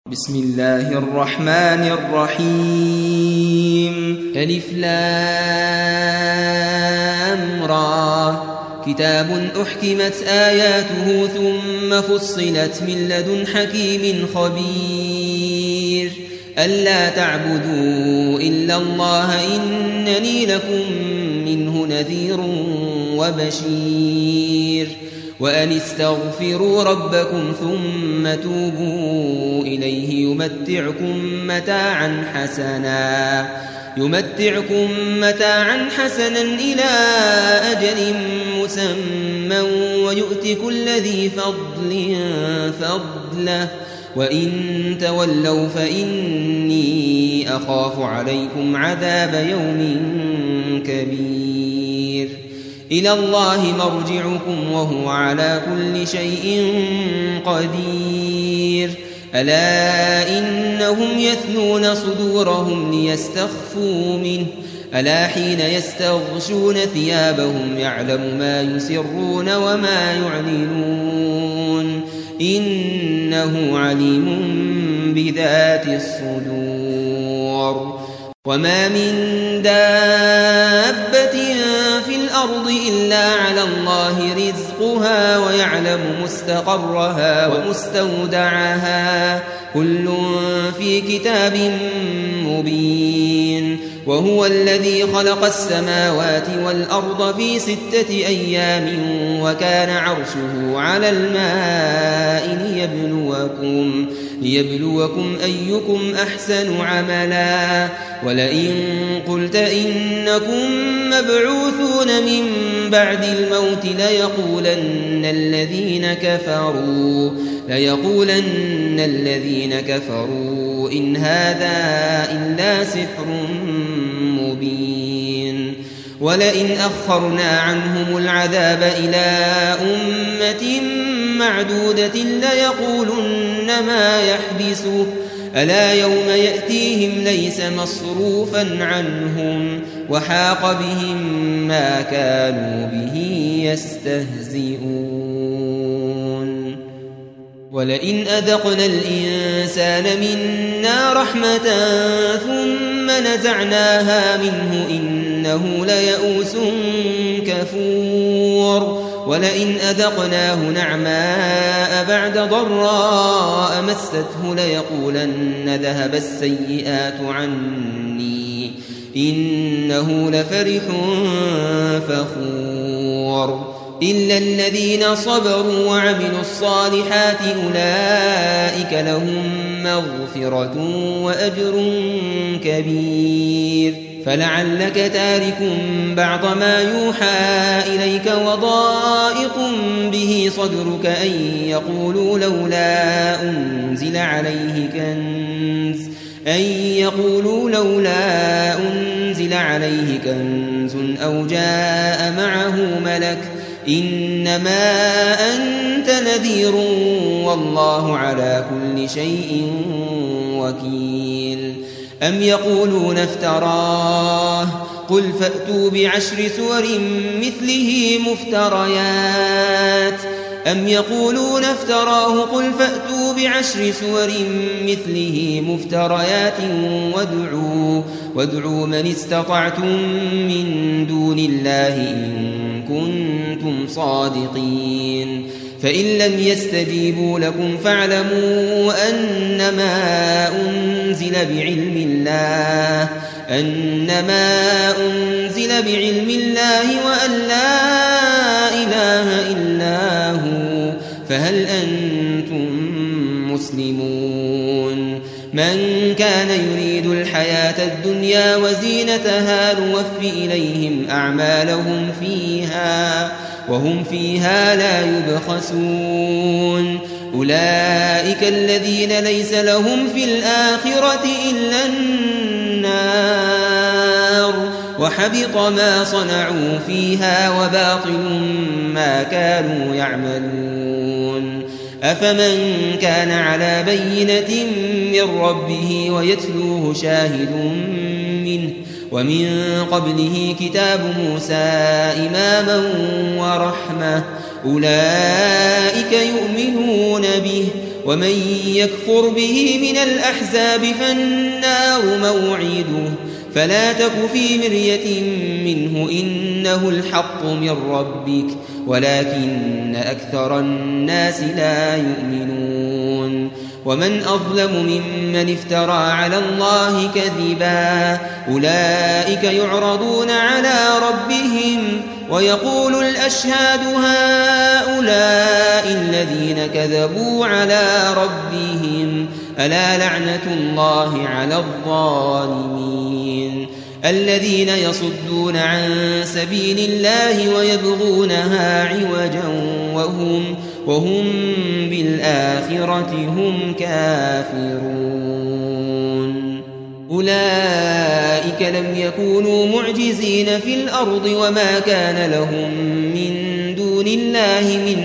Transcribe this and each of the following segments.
بسم الله الرحمن الرحيم ألف لام را كتاب أحكمت آياته ثم فصلت من لدن حكيم خبير ألا تعبدوا إلا الله إنني لكم منه نذير وبشير وأن استغفروا ربكم ثم توبوا إليه يمتعكم متاعا حسنا إلى أجل مسمى ويؤت كل ذي فضل فضله وإن تولوا فإني أخاف عليكم عذاب يوم كبير إلى الله مرجعكم وهو على كل شيء قدير ألا إنهم يثنون صدورهم ليستخفوا منه ألا حين يستغشون ثيابهم يعلم ما يسرون وما يعلنون إنه عليم بذات الصدور وما من دابة في الأرض إلا على الله رزقها ويعلم مستقرها ومستودعها كل في كتاب مبين وهو الذي خلق السماوات والأرض في 6 أيام وكان عرشه على الماء ليبلوكم أيكم أحسن عملا ولئن قلت إنكم مبعوثون من بعد الموت ليقولن الذين كفروا إن هذا إلا سحر مبين ولئن أخرنا عنهم العذاب إلى أمة معدودة ليقولن ما يحبسه ألا يوم يأتيهم ليس مصروفا عنهم وحاق بهم ما كانوا به يستهزئون ولئن أذقنا الإنسان منا رحمة ثم نزعناها منه إنه ليئوس كفور ولئن أذقناه نعماء بعد ضراء مسته ليقولن ذهب السيئات عني إنه لفرح فخور إلا الذين صبروا وعملوا الصالحات أولئك لهم مغفرة وأجر كبير فلعلك تارك بعض ما يوحى إليك وضائق به صدرك أن يقولوا لولا أنزل عليه كنز أو جاء معه ملك إنما أنت نذير والله على كل شيء وكيل أم يقولون افتراه قل فأتوا بعشر سور مثله مفتريات وادعوا من استطعتم من دون الله إن كنتم صادقين فإن لم يستجيبوا لكم فاعلموا أنما أنزل بعلم الله وأن لا إله إلا هو فهل أنتم مسلمون من كان يريد الحياة الدنيا وزينتها نوفي إليهم أعمالهم فيها وهم فيها لا يبخسون أولئك الذين ليس لهم في الآخرة إلا النار وحبط ما صنعوا فيها وباطل ما كانوا يعملون أفمن كان على بينة من ربه ويتلوه شاهد منه ومن قبله كتاب موسى إماما ورحمة أولئك يؤمنون به ومن يكفر به من الأحزاب فالنار موعده فلا تك في مرية منه إنه الحق من ربك ولكن أكثر الناس لا يؤمنون ومن أظلم ممن افترى على الله كذبا أولئك يعرضون على ربهم ويقول الأشهاد هؤلاء الذين كذبوا على ربهم ألا لعنة الله على الظالمين الذين يصدون عن سبيل الله ويبغونها عوجا وهم بالآخرة هم كافرون أولئك لم يكونوا معجزين في الأرض وما كان لهم من دون الله من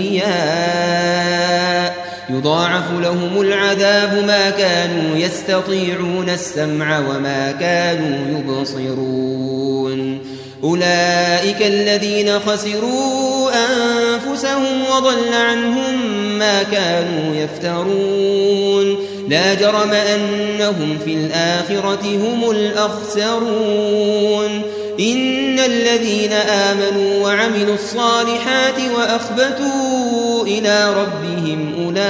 أولياء يضاعف لهم العذاب ما كانوا يستطيعون السمع وما كانوا يبصرون أولئك الذين خسروا أنفسهم وضل عنهم ما كانوا يفترون لا جرم أنهم في الآخرة هم الأخسرون إن الذين آمنوا وعملوا الصالحات وأخبتوا إلى ربهم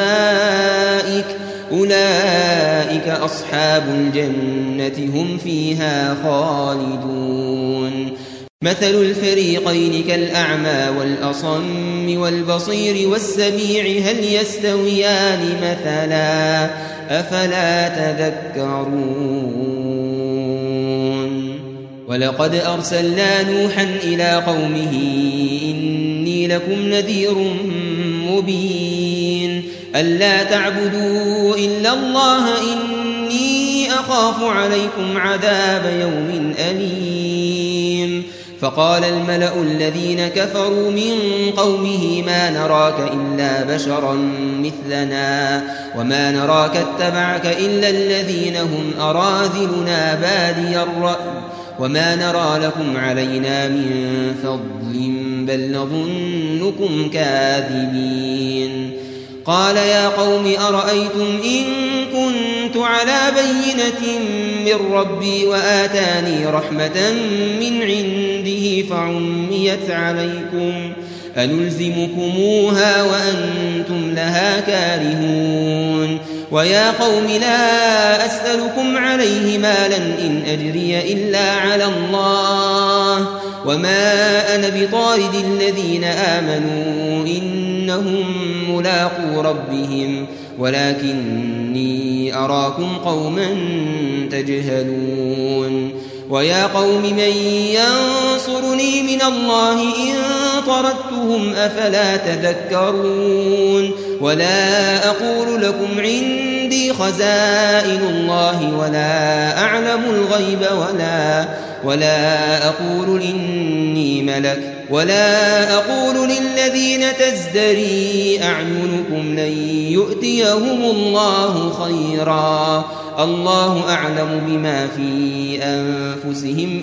أولئك أصحاب الجنة هم فيها خالدون مثل الفريقين كالأعمى والأصم والبصير والسميع هل يستويان مثلا أفلا تذكرون ولقد أرسلنا نوحا إلى قومه إني لكم نذير مبين ألا تعبدوا إلا الله إني أخاف عليكم عذاب يوم أليم فقال الملأ الذين كفروا من قومه ما نراك إلا بشرا مثلنا وما نراك اتبعك إلا الذين هم أراذلنا بادي الرأي وما نرى لكم علينا من فضل بل نظنكم كاذبين قال يا قوم أرأيتم إن كنت على بينة من ربي وآتاني رحمة من عنده فعميت عليكم أنلزمكموها وأنتم لها كارهون ويا قوم لا أسألكم عليه مالا إن أجري إلا على الله وما أنا بطارد الذين آمنوا إنهم ملاقو ربهم ولكني أراكم قوما تجهلون ويا قوم من ينصرني من الله إن طردتهم أفلا تذكرون ولا أقول لكم عندي خزائن الله ولا أعلم الغيب ولا أقول إني ملك ولا أقول للذين تزدري أعينكم لن يؤتيهم الله خيرا الله أعلم بما في أنفسهم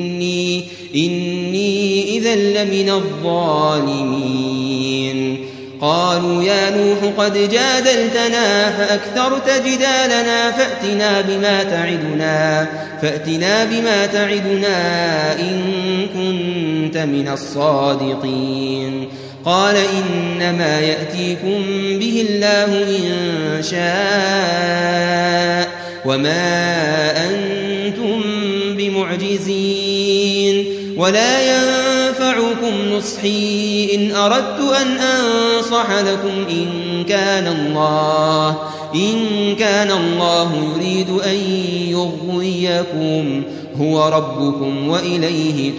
إني إذا لمن الظالمين قالوا يا نوح قد جادلتنا فأكثرت جدالنا فأتنا بما تعدنا إن كنت من الصادقين قال إنما يأتيكم به الله إن شاء وما أنتم بمعجزين ولا ينفعكم نصحي إن أردت أن أنصح لكم إن كان الله يريد أن يغويكم هو ربكم وإليه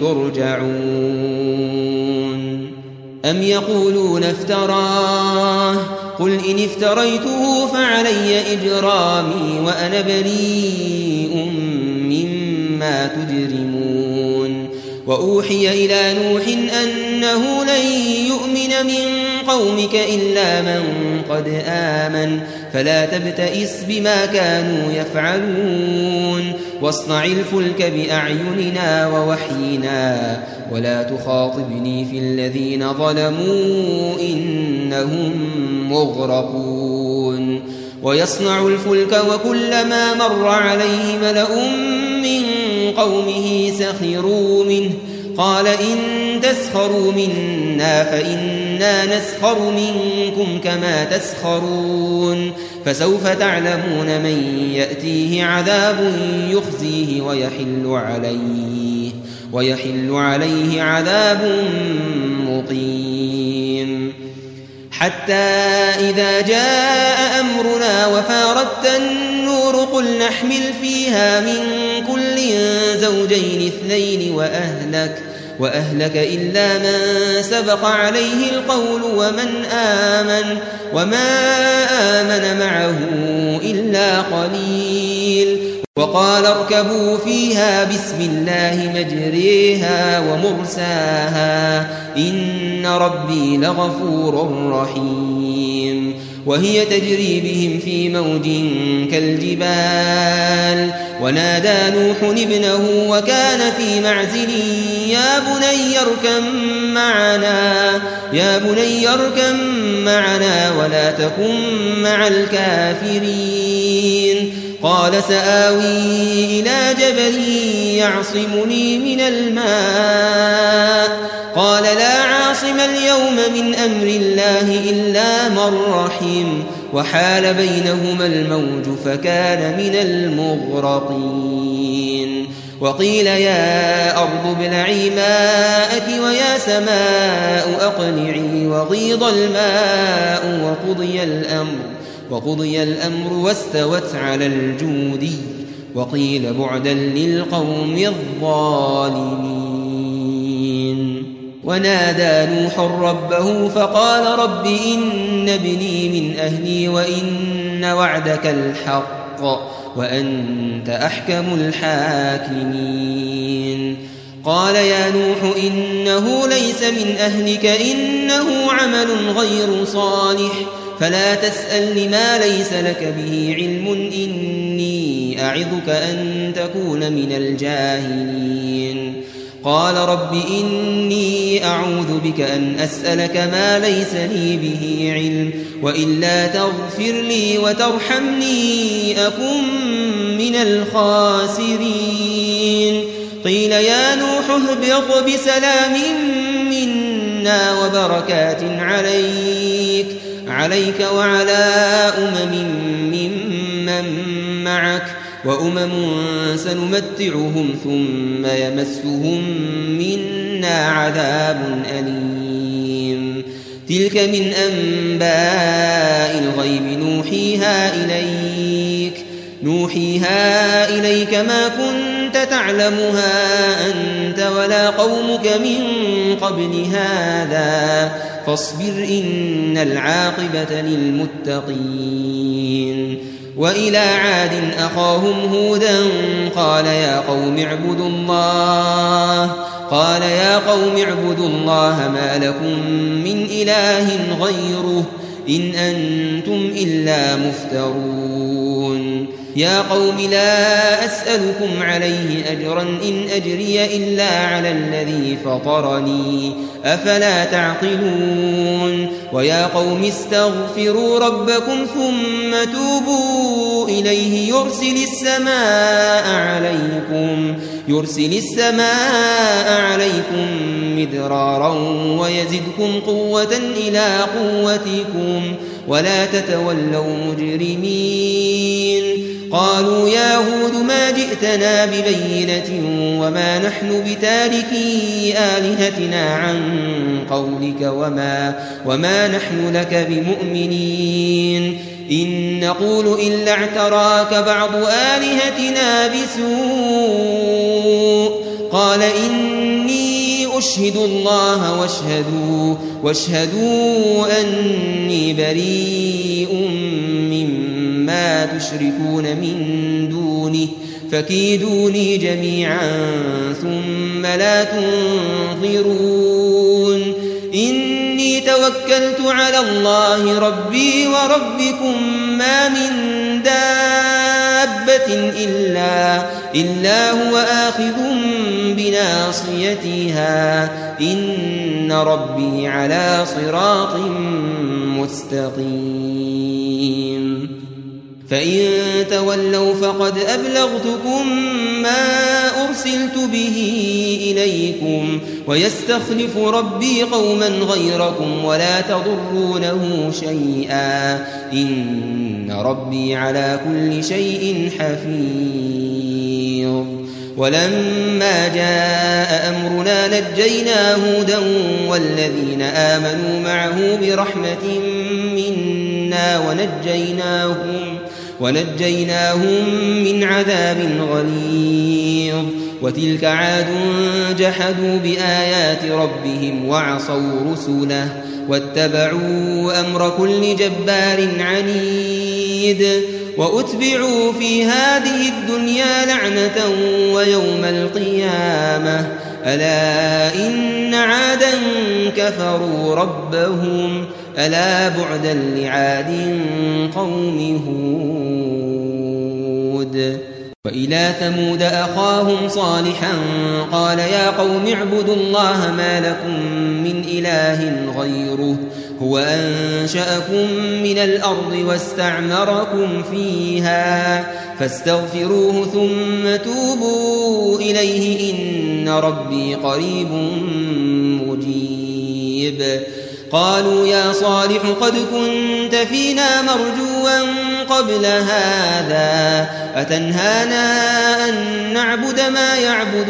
ترجعون أم يقولون افتراه قل إن افتريته فعلي إجرامي وأنا بريء مما تجرمون وأوحي إلى نوح أنه لن يؤمن من قومك إلا من قد آمن فلا تبتئس بما كانوا يفعلون واصنع الفلك بأعيننا ووحينا ولا تخاطبني في الذين ظلموا إنهم مغرقون ويصنع الفلك وكلما مر عليه ملأ من قومه سخروا منه قال إن تسخروا منا فإنا نسخر منكم كما تسخرون فسوف تعلمون من يأتيه عذاب يخزيه ويحل عليه عذاب مقيم حتى إذا جاء أمرنا وفارت النور قل نحمل فيها من كل زوجين اثنين وأهلك إلا من سبق عليه القول وما آمن معه إلا قليل وقال اركبوا فيها بسم الله مجريها ومرساها إن ربي لغفور رحيم وهي تجري بهم في موج كالجبال ونادى نوح ابنه وكان في معزل يا بني اركب معنا ولا تكن مع الكافرين قال سآوي إلى جبل يعصمني من الماء قال لا عاصم اليوم من أمر الله إلا من رحم وحال بينهما الموج فكان من المغرقين وقيل يا أرض ابلعي ماءك ويا سماء أقلعي وغيض الماء وقضي الأمر واستوت على الجودي وقيل بعدا للقوم الظالمين ونادى نوح ربه فقال رب إن ابني من أهلي وإن وعدك الحق وأنت أحكم الحاكمين قال يا نوح إنه ليس من أهلك إنه عمل غير صالح فلا تسأل لما ليس لك به علم إني أعظك أن تكون من الجاهلين قال رب إني أعوذ بك أن أسألك ما ليس لي به علم وإلا تغفر لي وترحمني أكن من الخاسرين قيل يا نوح اهبط بسلام منا وبركات عليك وعلى ممن معك وأمم سنمتعهم ثم يمسهم منا عذاب أليم تلك من أنباء الغيب نوحيها إليك ما كنت تعلمها أنت ولا قومك من قبل هذا فاصبر إن العاقبة للمتقين وإلى عاد أخاهم هودا قال يا قوم اعبدوا الله ما لكم من إله غيره إن أنتم إلا مفترون يا قوم لا أسألكم عليه أجرا إن أجري إلا على الذي فطرني أفلا تعقلون ويا قوم استغفروا ربكم ثم توبوا إليه يرسل السماء عليكم مدرارا ويزدكم قوة إلى قوتكم ولا تتولوا مجرمين قالوا يا هود ما جئتنا ببينة وما نحن بتاركي آلهتنا عن قولك وما نحن لك بمؤمنين إن نقول إلا اعتراك بعض آلهتنا بسوء قال إني أشهد الله واشهدوا أني بريء مما ما تشركون من دونه فكيدوني جميعا ثم لا تنظرون إني توكلت على الله ربي وربكم ما من دابة إلا هو آخذ بناصيتها إن ربي على صراط مستقيم فإن تولوا فقد أبلغتكم ما أرسلت به إليكم ويستخلف ربي قوما غيركم ولا تضرونه شيئا إن ربي على كل شيء حفيظ ولما جاء أمرنا نجينا هودا والذين آمنوا معه برحمة منا ونجيناهم من عذاب غليظ وتلك عاد جحدوا بآيات ربهم وعصوا رسله واتبعوا أمر كل جبار عنيد وأتبعوا في هذه الدنيا لعنة ويوم القيامة ألا إن عادا كفروا ربهم ألا بعدا لعاد قوم هود وإلى ثمود أخاهم صالحا قال يا قوم اعبدوا الله ما لكم من إله غيره هو أنشأكم من الأرض واستعمركم فيها فاستغفروه ثم توبوا إليه إن ربي قريب مجيب قالوا يا صالح قد كنت فينا مرجوا قبل هذا أتنهانا أن نعبد ما يعبد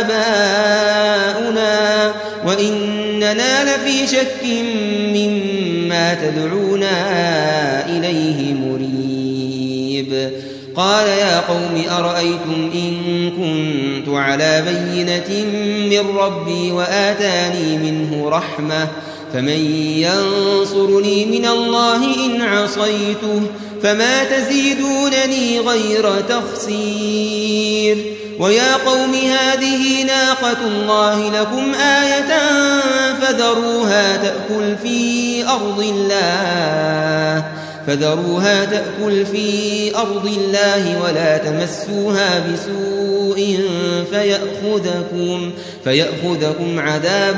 آباؤنا وإننا لفي شك مما تدعونا إليه مريب قال يا قوم أرأيتم إن كنت على بينة من ربي وآتاني منه رحمة فمن ينصرني من الله إن عصيته فما تزيدونني غير تخسير ويا قوم هذه ناقة الله لكم آية فذروها تأكل في أرض الله ولا تمسوها بسوء فيأخذكم عذاب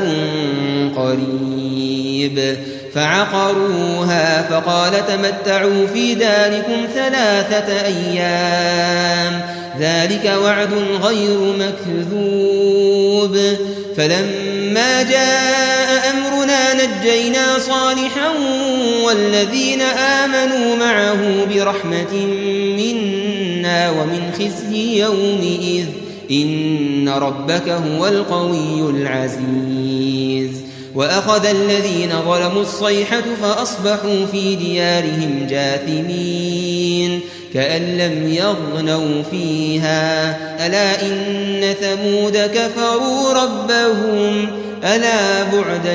قريب فعقروها فقال تمتعوا في داركم 3 أيام ذلك وعد غير مكذوب فلما جاء أمرنا نجينا صالحا والذين آمنوا معه برحمة منا ومن خزي يومئذ إن ربك هو القوي العزيز وأخذ الذين ظلموا الصيحة فأصبحوا في ديارهم جاثمين كأن لم يغنوا فيها ألا إن ثمود كفروا ربهم ألا بعدا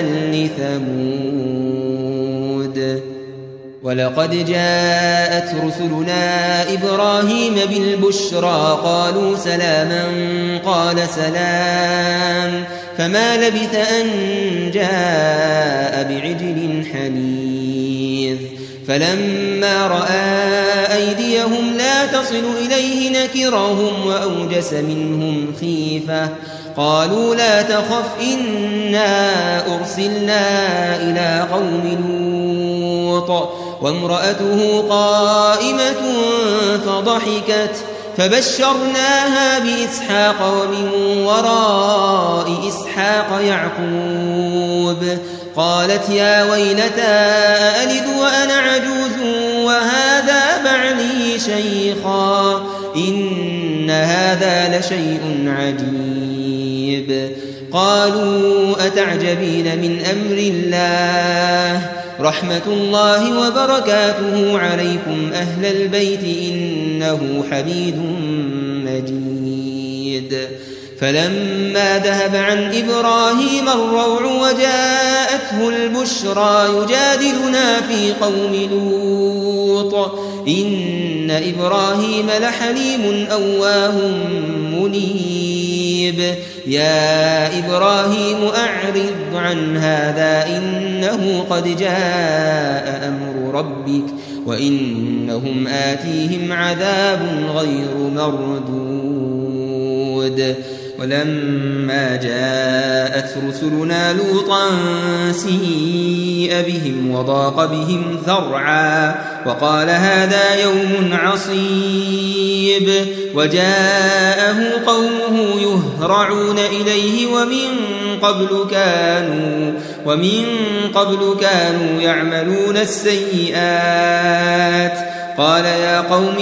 لثمود ولقد جاءت رسلنا إبراهيم بالبشرى قالوا سلاما قال سلام فما لبث أن جاء بعجل حنيذ فلما رأى أيديهم لا تصل إليه نكرهم وأوجس منهم خيفة قالوا لا تخف إنا أرسلنا إلى قوم لوط وامرأته قائمة فضحكت فبشرناها بإسحاق ومن وراء إسحاق يعقوب قالت يا ويلتى ألد وأنا عجوز وهذا بعلي شيخا إن هذا لشيء عجيب قالوا أتعجبين من أمر الله رحمة الله وبركاته عليكم أهل البيت إنه حميد مجيد فلما ذهب عن إبراهيم الروع وجاءته البشرى يجادلنا في قوم لوط إن إن إبراهيم لحليم أواه منيب يا إبراهيم أعرض عن هذا إنه قد جاء أمر ربك وإنهم آتيهم عذاب غير مردود ولما جاءت رسلنا لوطا سيء بهم وضاق بهم ذرعا وقال هذا يوم عصيب وجاءه قومه يهرعون إليه ومن قبل كانوا يعملون السيئات قال يا قوم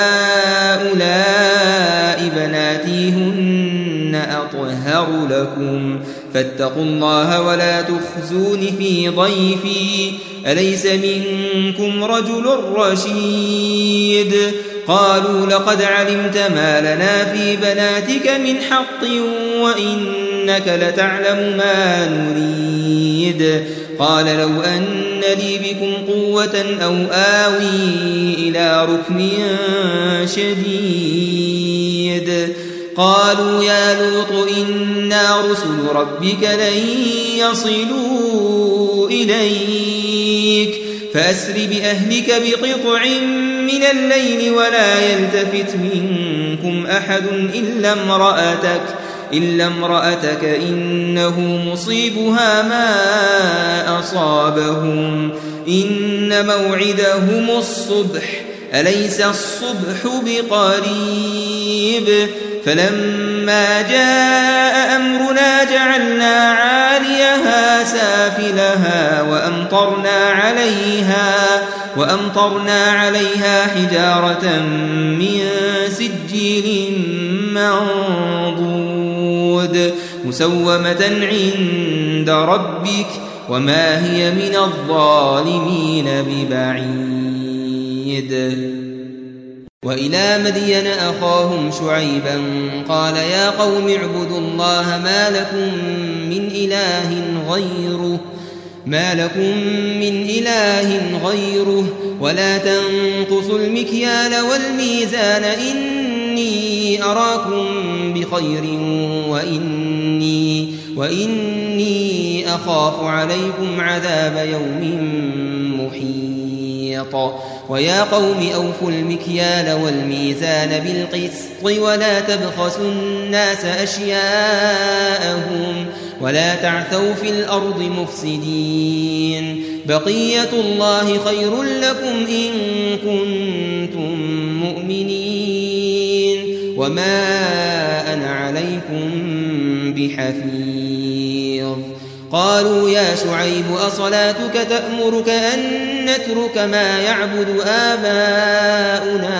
هؤلاء بناتي هن أطهر لكم فاتقوا الله ولا تخزون في ضيفي أليس منكم رجل رشيد قالوا لقد علمت ما لنا في بناتك من حق وإنك لتعلم ما نريد قال لو أن لي بكم قوة أو آوي إلى ركن شديد قالوا يا لوط إنا رسل ربك لن يصلوا إليك فأسر بأهلك بقطع من الليل ولا يلتفت منكم أحد إلا امرأتك إنه مصيبها ما أصابهم إن موعدهم الصبح أليس الصبح بقريب فلما جاء أمرنا جعلنا عاليها سافلها وأمطرنا عليها حجارة من سجيل منضود مسومة عند ربك وما هي من الظالمين ببعيد وإلى مدين أخاهم شعيبا قال يا قوم اعبدوا الله ما لكم من إله غيره ولا تنقصوا المكيال والميزان إني أراكم بخير وإني أخاف عليكم عذاب يوم محيط ويا قوم أوفوا المكيال والميزان بالقسط ولا تبخسوا الناس أشياءهم ولا تعثوا في الأرض مفسدين بقية الله خير لكم إن كنتم مؤمنين وما أنا عليكم بحفيظ قالوا يا شعيب أصلاتك تأمرك أن نترك ما يعبد آباؤنا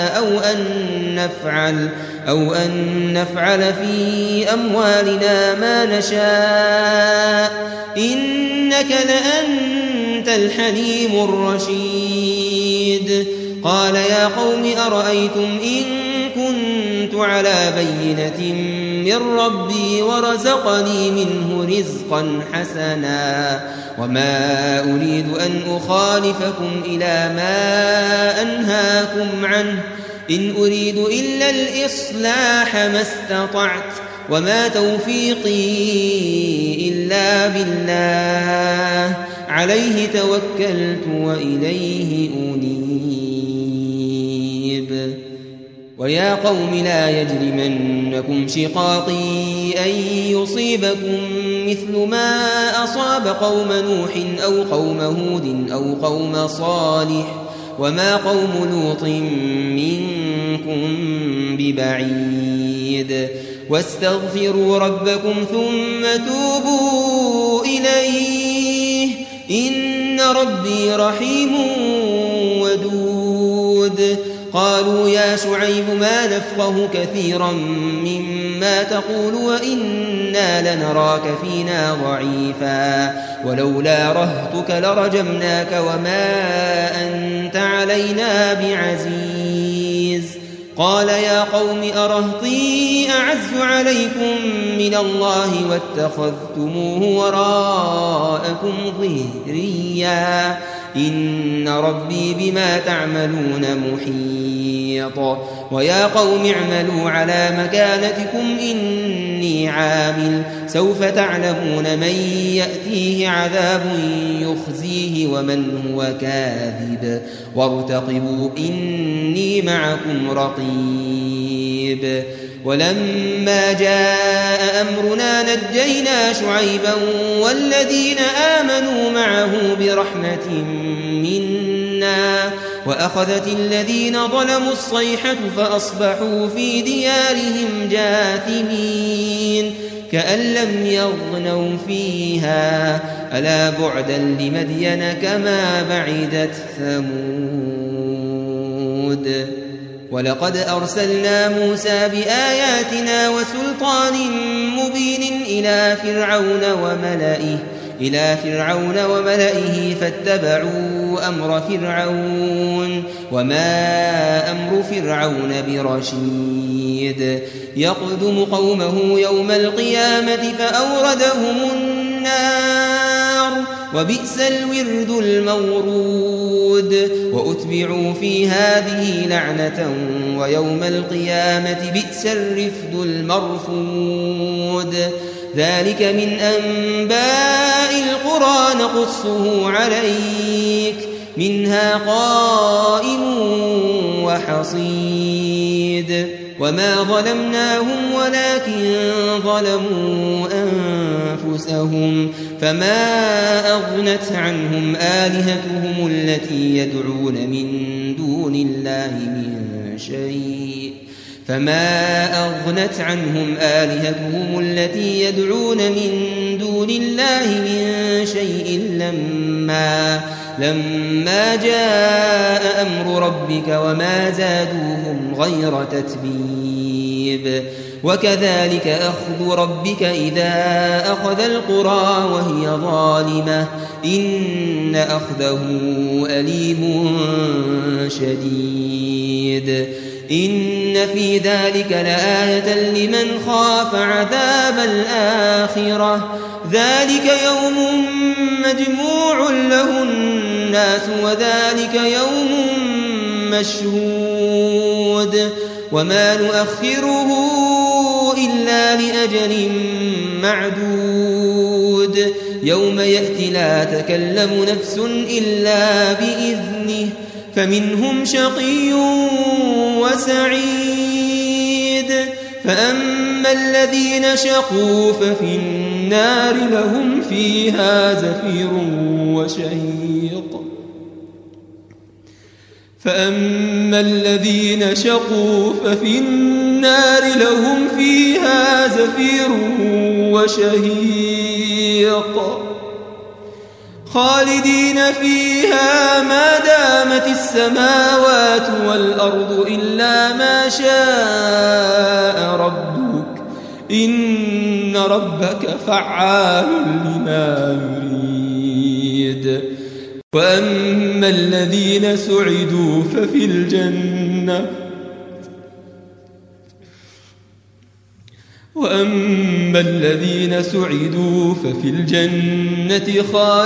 أو أن نفعل في أموالنا ما نشاء إنك لأنت الحليم الرشيد قال يا قوم أرأيتم إن كنت على بينة من ربي ورزقني منه رزقا حسنا وما أريد أن أخالفكم إلى ما أنهاكم عنه إن أريد إلا الإصلاح ما استطعت وما توفيقي إلا بالله عليه توكلت وإليه أنيب ويا قوم لا يجرمنكم شقاقي أن يصيبكم مثل ما أصاب قوم نوح أو قوم هود أو قوم صالح وما قوم لوط منكم ببعيد واستغفروا ربكم ثم توبوا إليه إن ربي رحيم ودود قالوا يا شعيب ما نفقه كثيرا مما تقول وإنا لنراك فينا ضعيفا ولولا رهتك لرجمناك وما أنت علينا بعزيز قال يا قوم أرهطي أعز عليكم من الله واتخذتموه وراءكم ظهريا إن ربي بما تعملون محيط ويا قوم اعملوا على مكانتكم إني عامل سوف تعلمون من يأتيه عذاب يخزيه ومن هو كاذب وارتقبوا إني معكم رقيب ولما جاء أمرنا نجينا شعيبا والذين آمنوا معه برحمة منا وأخذت الذين ظلموا الصيحة فأصبحوا في ديارهم جاثمين كأن لم يغنوا فيها ألا بعدا لمدين كما بعدت ثمود ولقد أرسلنا موسى بآياتنا وسلطان مبين إلى فرعون وملئه فاتبعوا أمر فرعون وما أمر فرعون برشيد يقدم قومه يوم القيامة فأوردهم النار وبئس الورد المورود وأتبعوا في هذه لعنة ويوم القيامة بئس الرفد المرفود ذلك من أنباء القرى نقصه عليك منها قائم وحصيد وما ظلمناهم ولكن ظلموا أنفسهم فما أغنت عنهم آلهتهم التي يدعون من دون الله من شيء لما جاء أمر ربك وما زادوهم غير تتبيب وكذلك أخذ ربك إذا أخذ القرى وهي ظالمة إن أخذه أليم شديد إن في ذلك لآية لمن خاف عذاب الآخرة ذلك يوم مجموع له الناس وذلك يوم مشهود وما نؤخره إلا لأجل معدود يوم يأتي لا تكلم نفس إلا بإذنه فمنهم شقي وسعيد فأما الذين شقوا ففي النار لهم فيها زفير وشهيق خالدين فيها ما دامت السماوات والأرض إلا ما شاء ربك إن ربك فعال لما يريد وأما الذين سعدوا ففي الجنة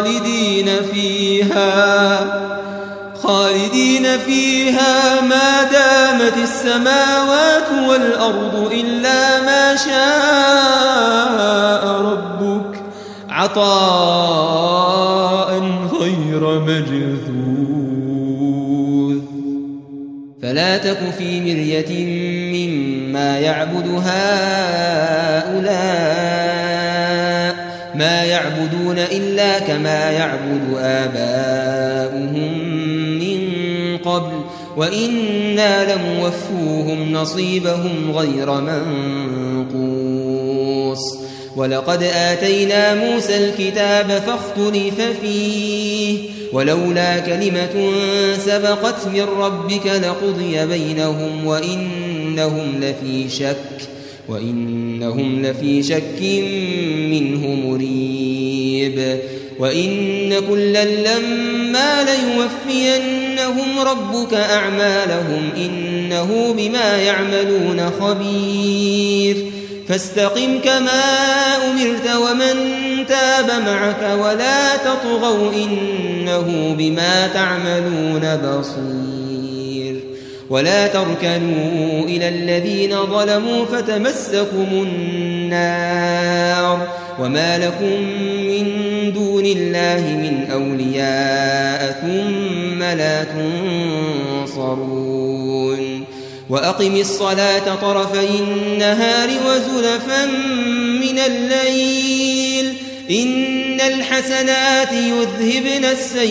خالدين فيها ما دامت السماوات والأرض إلا ما شاء ربك عطاء غير مجذوذ فلا تك في مرية مما يعبد هؤلاء ما يعبدون إلا كما يعبد آباؤهم من قبل وإنا لموفوهم نصيبهم غير منقوص ولقد آتينا موسى الكتاب فاختلف فيه ولولا كلمة سبقت من ربك لقضي بينهم وإنهم لفي شك منه مريب وإن كلا لما ليوفينهم ربك أعمالهم إنه بما يعملون خبير فاستقم كما أمرت ومن تاب معك ولا تطغوا إنه بما تعملون بصير ولا تركنوا إلى الذين ظلموا فتمسكم النار وما لكم من دون الله من أولياء ثم لا تنصرون وأقم الصلاة طرفي النهار وزلفا من الليل إن الحسنات يذهبن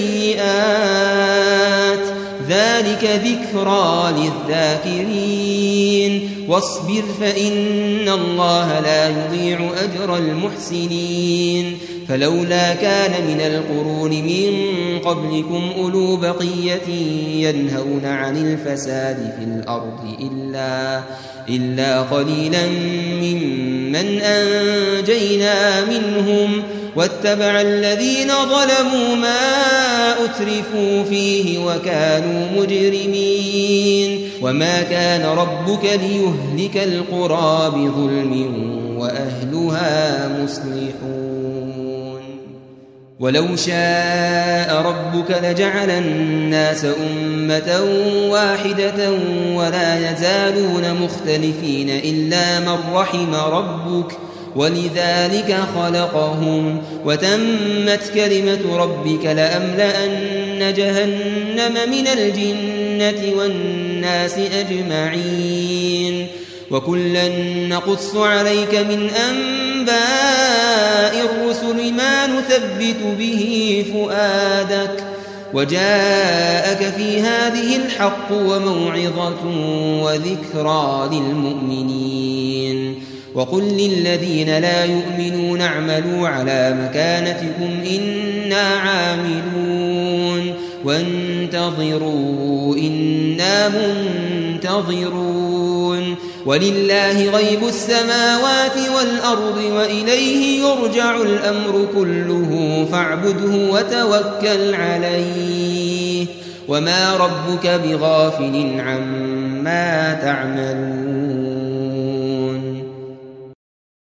السيئات ذلك ذكرى للذاكرين واصبر فإن الله لا يضيع أجر المحسنين فلولا كان من القرون من قبلكم أولو بقية ينهون عن الفساد في الأرض إلا قليلا ممن أنجينا منهم واتبع الذين ظلموا ما أترفوا فيه وكانوا مجرمين وما كان ربك ليهلك القرى بظلم وأهلها مصلحون ولو شاء ربك لجعل الناس أمة واحدة ولا يزالون مختلفين إلا من رحم ربك ولذلك خلقهم وتمت كلمة ربك لأملأن جهنم من الجنة والناس أجمعين وكلا نقص عليك من أنباء الرسل ما نثبت به فؤادك وجاءك في هذه الحق وموعظة وذكرى للمؤمنين وقل للذين لا يؤمنون اعملوا على مكانتكم إنا عاملون وانتظروا إنا منتظرون ولله غيب السماوات والأرض وإليه يرجع الأمر كله فاعبده وتوكل عليه وما ربك بغافل عما تعملون